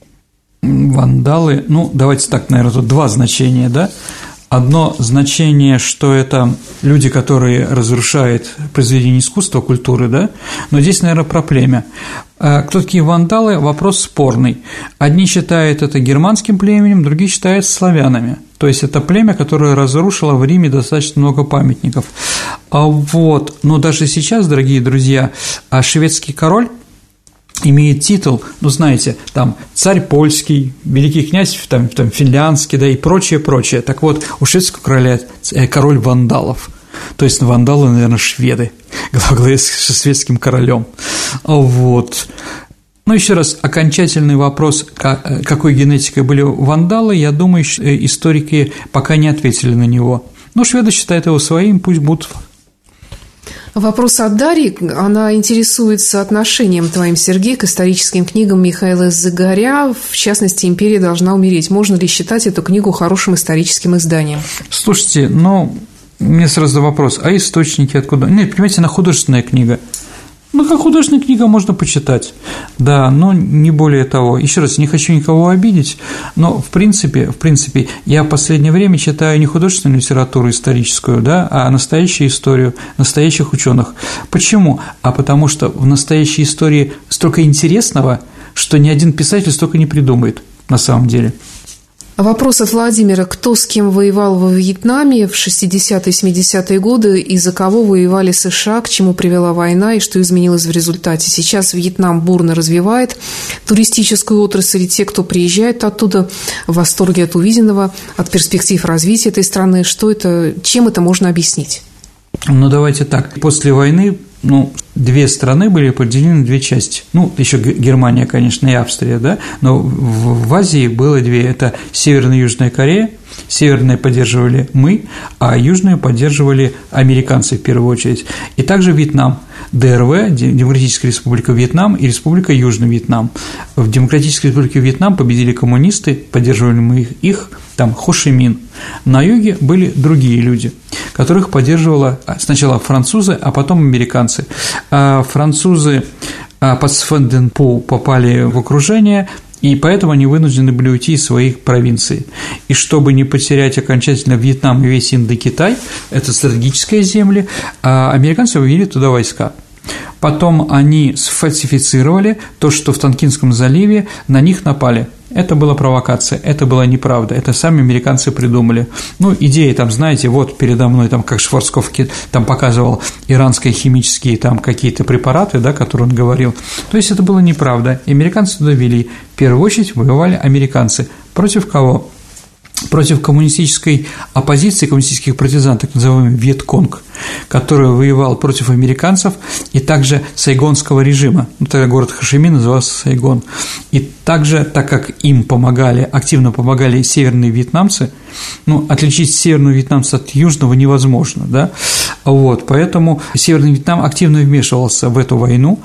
Вандалы, ну, давайте так, наверное, тут два значения, да. Одно значение, что это люди, которые разрушают произведения искусства, культуры, да, но здесь, наверное, про племя. Кто такие вандалы? Вопрос спорный. Одни считают это германским племенем, другие считают славянами. То есть, это племя, которое разрушило в Риме достаточно много памятников. Вот. Но даже сейчас, дорогие друзья, шведский король имеет титул, ну, знаете, там, царь польский, великий князь там, там, финляндский, да, и прочее, прочее. Так вот, у шведского короля король вандалов. То есть, вандалы, наверное, шведы, главное, с шведским королем. Вот. Ну, еще раз, окончательный вопрос, какой генетикой были вандалы, я думаю, историки пока не ответили на него. Но шведы считают его своим, пусть будут. Вопрос от Дарьи. Она интересуется отношением твоим, Сергей, к историческим книгам Михаила Загаря, в частности, «Империя должна умереть». Можно ли считать эту книгу хорошим историческим изданием? Слушайте, ну, мне сразу вопрос, а источники откуда? Нет, понимаете, она художественная книга. Ну, как художественная книга можно почитать, да, но не более того. Еще раз, не хочу никого обидеть, но в принципе, в принципе, я в последнее время читаю не художественную литературу историческую, да, а настоящую историю настоящих ученых. Почему? А потому что в настоящей истории столько интересного, что ни один писатель столько не придумает на самом деле. Вопрос от Владимира. Кто с кем воевал во Вьетнаме в шестидесятые и семидесятые годы, и за кого воевали США, к чему привела война и что изменилось в результате? Сейчас Вьетнам бурно развивает туристическую отрасль, и те, кто приезжает оттуда, в восторге от увиденного, от перспектив развития этой страны. Что это, чем это можно объяснить? Ну, давайте так. После войны, ну, две страны были поделены на две части. Ну, еще Германия, конечно, и Австрия, да, но в Азии было две. Это Северная и Южная Корея. Северную поддерживали мы, а южную поддерживали американцы в первую очередь. И также Вьетнам, ДРВ, Демократическая Республика Вьетнам и Республика Южный Вьетнам. В Демократической Республике Вьетнам победили коммунисты, поддерживали мы их, их там Хо Ши Мин. На юге были другие люди, которых поддерживала сначала французы, а потом американцы. А французы под Сфен Ден Пу попали в окружение, и поэтому они вынуждены были уйти из своих провинций. И чтобы не потерять окончательно Вьетнам и весь Индокитай, это стратегические земли, американцы вывели туда войска. Потом они сфальсифицировали то, что в Тонкинском заливе на них напали. Это была провокация, это была неправда, это сами американцы придумали. Ну, идеи там, знаете, вот передо мной, там, как Шварцкопф там показывал иранские химические там какие-то препараты, да, которые он говорил. То есть это было неправда. И американцы туда вели. В первую очередь воевали американцы. Против кого? Против коммунистической оппозиции, коммунистических партизан, так называемый Вьетконг, который воевал против американцев и также сайгонского режима. Ну, тогда город Хо Ши Мин назывался Сайгон. И также, так как им помогали, активно помогали северные вьетнамцы, ну, отличить северного вьетнамца от южного невозможно, да, вот, поэтому Северный Вьетнам активно вмешивался в эту войну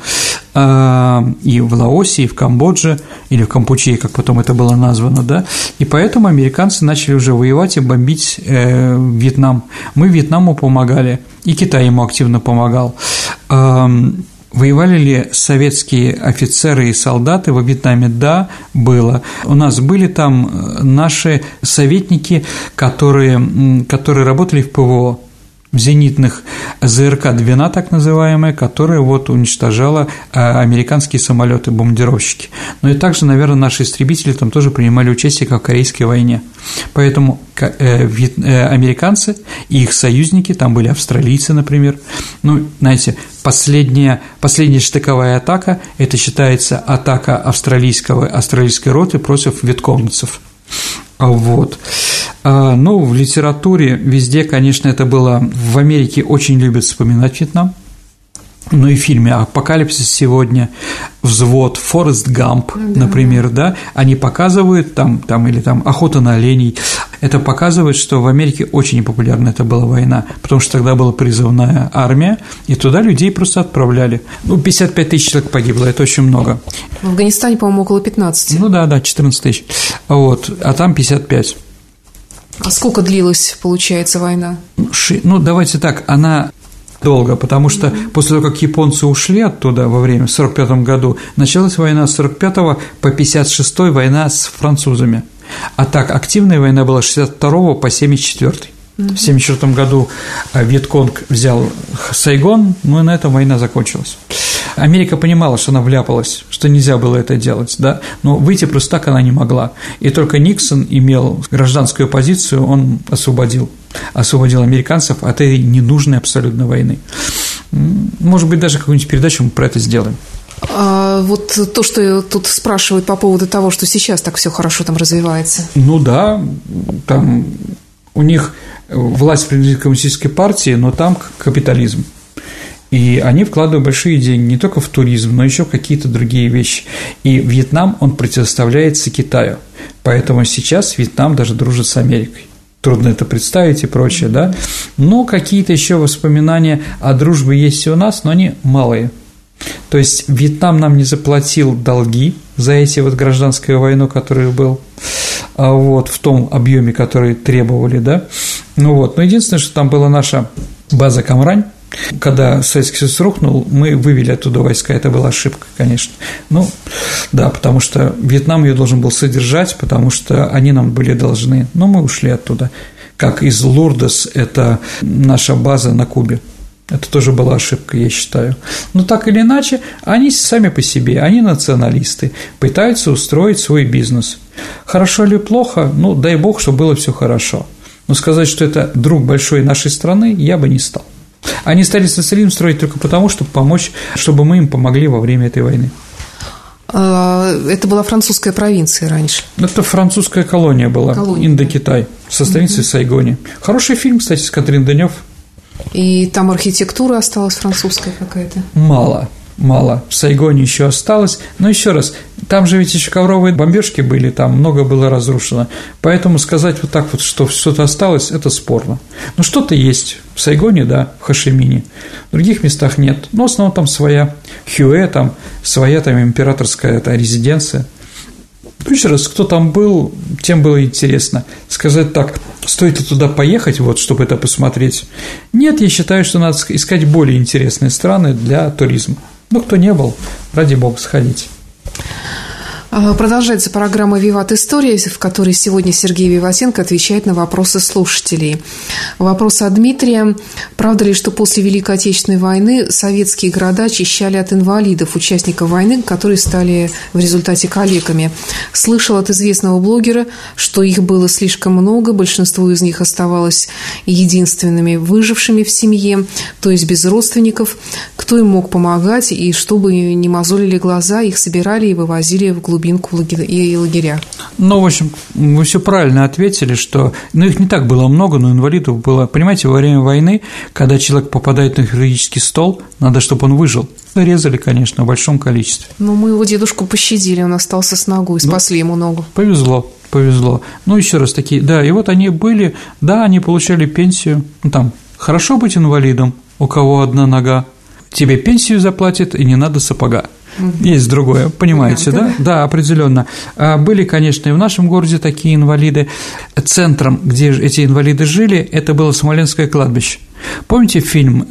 э, и в Лаосе, и в Камбодже, или в Кампуче, как потом это было названо, да, и поэтому американцы начали уже воевать и бомбить э, Вьетнам. Мы Вьетнаму помогали, и Китай ему активно помогал. Э, Воевали ли советские офицеры и солдаты во Вьетнаме? Да, было. У нас были там наши советники, которые, которые работали в ПВО, в зенитных ЗРК-двенадцать, так называемые, которая вот уничтожала американские самолеты, бомбардировщики. Ну и также, наверное, наши истребители там тоже принимали участие, как в Корейской войне. Поэтому американцы и их союзники, там были австралийцы, например, ну, знаете, последняя, последняя штыковая атака, это считается атака австралийского, австралийской роты против вьетконгцев. Вот. Ну, в литературе везде, конечно, это было. В Америке очень любят вспоминать Вьетнам. Ну и в фильме «Апокалипсис сегодня», «Взвод», «Форест Гамп», да, например, да, они показывают там, там или там «Охота на оленей». Это показывает, что в Америке очень популярна эта была война, потому что тогда была призывная армия, и туда людей просто отправляли. Ну, пятьдесят пять тысяч человек погибло, это очень много. В Афганистане, по-моему, около пятнадцати. Ну да, да, четырнадцать тысяч, вот, а там пятьдесят пять. А сколько длилась, получается, война? Ну, давайте так, она долго, потому что после того, как японцы ушли оттуда во время, в сорок пятом году, началась война с сорок пятого по пятьдесят шестой, война с французами. А так, активная война была с шестьдесят второго по семьдесят четвёртый. В семьдесят четвёртом году Вьетконг взял Сайгон, ну и на этом война закончилась. Америка понимала, что она вляпалась, что нельзя было это делать, да, но выйти просто так она не могла. И только Никсон имел гражданскую позицию, он освободил, освободил американцев от этой ненужной абсолютно войны. Может быть, даже какую-нибудь передачу мы про это сделаем. А вот то, что тут спрашивают по поводу того, что сейчас так все хорошо там развивается. Ну да, там у них власть принадлежит коммунистической партии, но там капитализм. И они вкладывают большие деньги не только в туризм, но еще в какие-то другие вещи. И Вьетнам, он противоставляется Китаю. Поэтому сейчас Вьетнам даже дружит с Америкой. Трудно это представить и прочее, да. Но какие-то еще воспоминания о дружбе есть и у нас, но они малые. То есть Вьетнам нам не заплатил долги за эти вот гражданскую войну, которая была, вот, в том объеме, который требовали, да. Ну вот, но единственное, что там была наша база Камрань, Когда Советский Союз рухнул, мы вывели оттуда войска, это была ошибка, конечно. Ну, да, потому что Вьетнам ее должен был содержать, потому что они нам были должны, но мы ушли оттуда. Как из Лурдес, это наша база на Кубе. Это тоже была ошибка, я считаю. Но так или иначе, они сами по себе, они националисты, пытаются устроить свой бизнес. Хорошо или плохо? Ну, дай бог, чтобы было все хорошо. Но сказать, что это друг большой нашей страны, я бы не стал. Они стали социализм строить только потому, чтобы помочь, чтобы мы им помогли во время этой войны. Это была французская провинция раньше. Это французская колония была, колония. Индокитай, со столицей угу. Сайгоне. Хороший фильм, кстати, с Катрин Денёв. И там архитектура осталась французская какая-то? Мало, мало. В Сайгоне еще осталось. Но еще раз, там же ведь еще ковровые бомбежки были, там много было разрушено. Поэтому сказать вот так вот, что что-то осталось, это спорно. Но что-то есть в Сайгоне, да, в Хошимине. В других местах нет. Но в основном там своя Хюэ, там своя там императорская это, резиденция. Еще раз, кто там был, тем было интересно. Сказать так, стоит ли туда поехать, вот, чтобы это посмотреть? Нет, я считаю, что надо искать более интересные страны для туризма. Ну, кто не был, ради бога, сходите. Продолжается программа «Виват. История», в которой сегодня Сергей Виватенко отвечает на вопросы слушателей. Вопрос от Дмитрия. Правда ли, что после Великой Отечественной войны советские города очищали от инвалидов, участников войны, которые стали в результате калеками? Слышал от известного блогера, что их было слишком много, большинство из них оставалось единственными выжившими в семье, то есть без родственников. Кто им мог помогать, и чтобы не мозолили глаза, их собирали и вывозили в глубину и лагеря. Ну, в общем, вы все правильно ответили, что, ну, их не так было много, но инвалидов было, понимаете, во время войны, когда человек попадает на хирургический стол, надо, чтобы он выжил. Резали, конечно, в большом количестве. Но мы его дедушку пощадили, он остался с ногой, спасли ну, ему ногу. Повезло, повезло. Ну, еще раз такие, да, и вот они были, да, они получали пенсию, ну, там, хорошо быть инвалидом, у кого одна нога, тебе пенсию заплатят, и не надо сапога. Есть другое, понимаете, да? Да, да, определенно. Были, конечно, и в нашем городе такие инвалиды. Центром, где эти инвалиды жили, это было Смоленское кладбище. Помните фильм,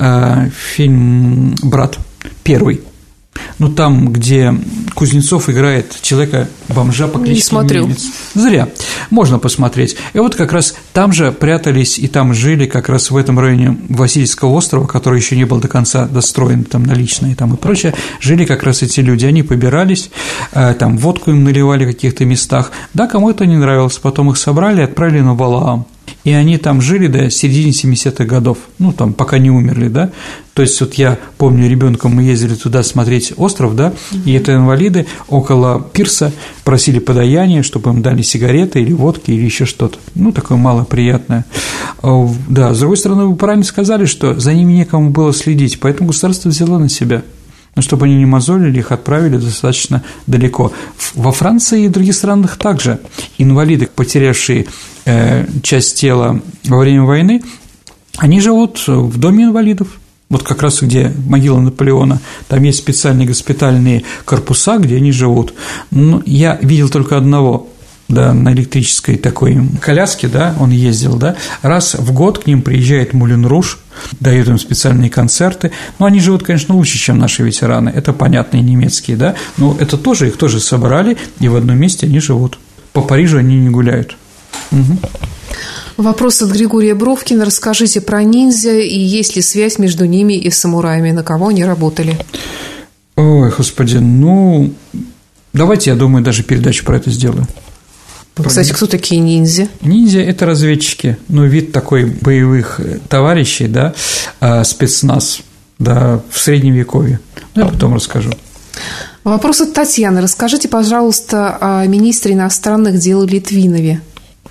фильм «Брат» первый? Ну, там, где Кузнецов играет человека-бомжа по кличке Немец. Зря. Можно посмотреть. И вот как раз там же прятались и там жили, как раз в этом районе Васильевского острова, который еще не был до конца достроен, там наличные там и прочее, жили как раз эти люди. Они побирались, там водку им наливали в каких-то местах. Да, кому это не нравилось, потом их собрали и отправили на Валаам. И они там жили до середины семидесятых годов, ну, там, пока не умерли, да, то есть вот я помню, ребенком мы ездили туда смотреть остров, да, и это инвалиды около пирса просили подаяние, чтобы им дали сигареты или водки или еще что-то, ну, такое малоприятное, да, с другой стороны, вы правильно сказали, что за ними некому было следить, поэтому государство взяло на себя. Но чтобы они не мозолили, их отправили достаточно далеко. Во Франции и других странах также инвалиды, потерявшие э, часть тела во время войны, они живут в доме инвалидов. Вот как раз где могила Наполеона, там есть специальные госпитальные корпуса, где они живут. Но я видел только одного. Да, на электрической такой коляске, да, он ездил, да, раз в год к ним приезжает Мулен Руж, дают им специальные концерты, но они живут, конечно, лучше, чем наши ветераны, это понятные немецкие, да, но это тоже, их тоже собрали, и в одном месте они живут, по Парижу они не гуляют. Угу. Вопрос от Григория Бровкина. Расскажите про ниндзя и есть ли связь между ними и самураями, на кого они работали? Ой, господи, ну, давайте, я думаю, даже передачу про это сделаю. Кстати, кто такие ниндзя? Ниндзя – это разведчики, ну, вид такой боевых товарищей, да, спецназ, да, в Средневековье. Ну, я потом расскажу. Вопрос от Татьяны. Расскажите, пожалуйста, о министре иностранных дел Литвинове.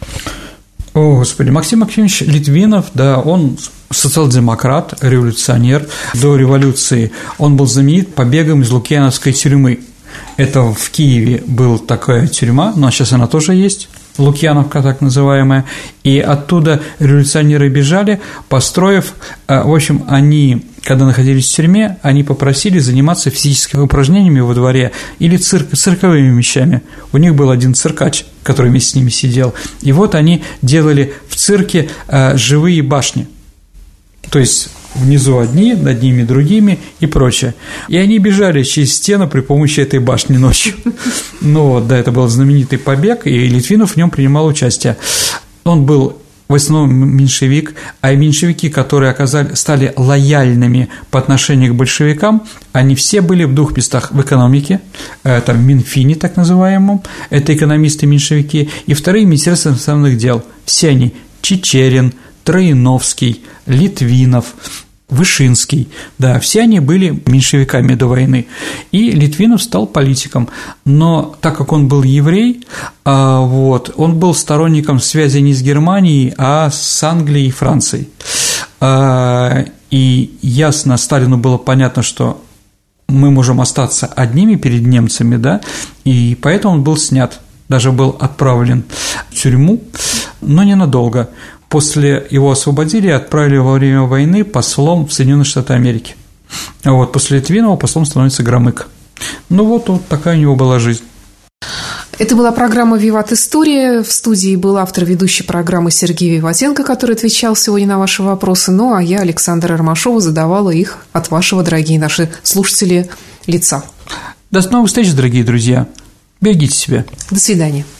О, Господи, Максим Максимович Литвинов, да, он социал-демократ, революционер. До революции он был знаменит побегом из Лукьяновской тюрьмы. Это в Киеве была такая тюрьма, но сейчас она тоже есть, Лукьяновка так называемая, и оттуда революционеры бежали, построив, в общем, они, когда находились в тюрьме, они попросили заниматься физическими упражнениями во дворе или цирк, цирковыми вещами. У них был один циркач, который вместе с ними сидел, и вот они делали в цирке живые башни. То есть внизу одни, над ними другими и прочее. И они бежали через стену при помощи этой башни ночью. Ну вот, да, это был знаменитый побег, и Литвинов в нем принимал участие. Он был в основном меньшевик, а меньшевики, которые оказали, стали лояльными по отношению к большевикам, они все были в двух местах: в экономике, это в Минфине так называемом, это экономисты-меньшевики, и вторые – Министерство иностранных дел. Все они – Чичерин, Троиновский, Литвинов, Вышинский, да, все они были меньшевиками до войны, и Литвинов стал политиком, но так как он был еврей, вот, он был сторонником связи не с Германией, а с Англией и Францией, и ясно, Сталину было понятно, что мы можем остаться одними перед немцами, да, и поэтому он был снят, даже был отправлен в тюрьму, но ненадолго. После его освободили и отправили во время войны послом в Соединенные Штаты Америки. А вот после Литвинова послом становится Громыко. Ну вот, вот такая у него была жизнь. Это была программа «Виват. История». В студии был автор ведущей программы Сергей Виватенко, который отвечал сегодня на ваши вопросы. Ну, а я, Александра Ромашова, задавала их от вашего, дорогие наши слушатели, лица. До новых встреч, дорогие друзья. Берегите себя. До свидания.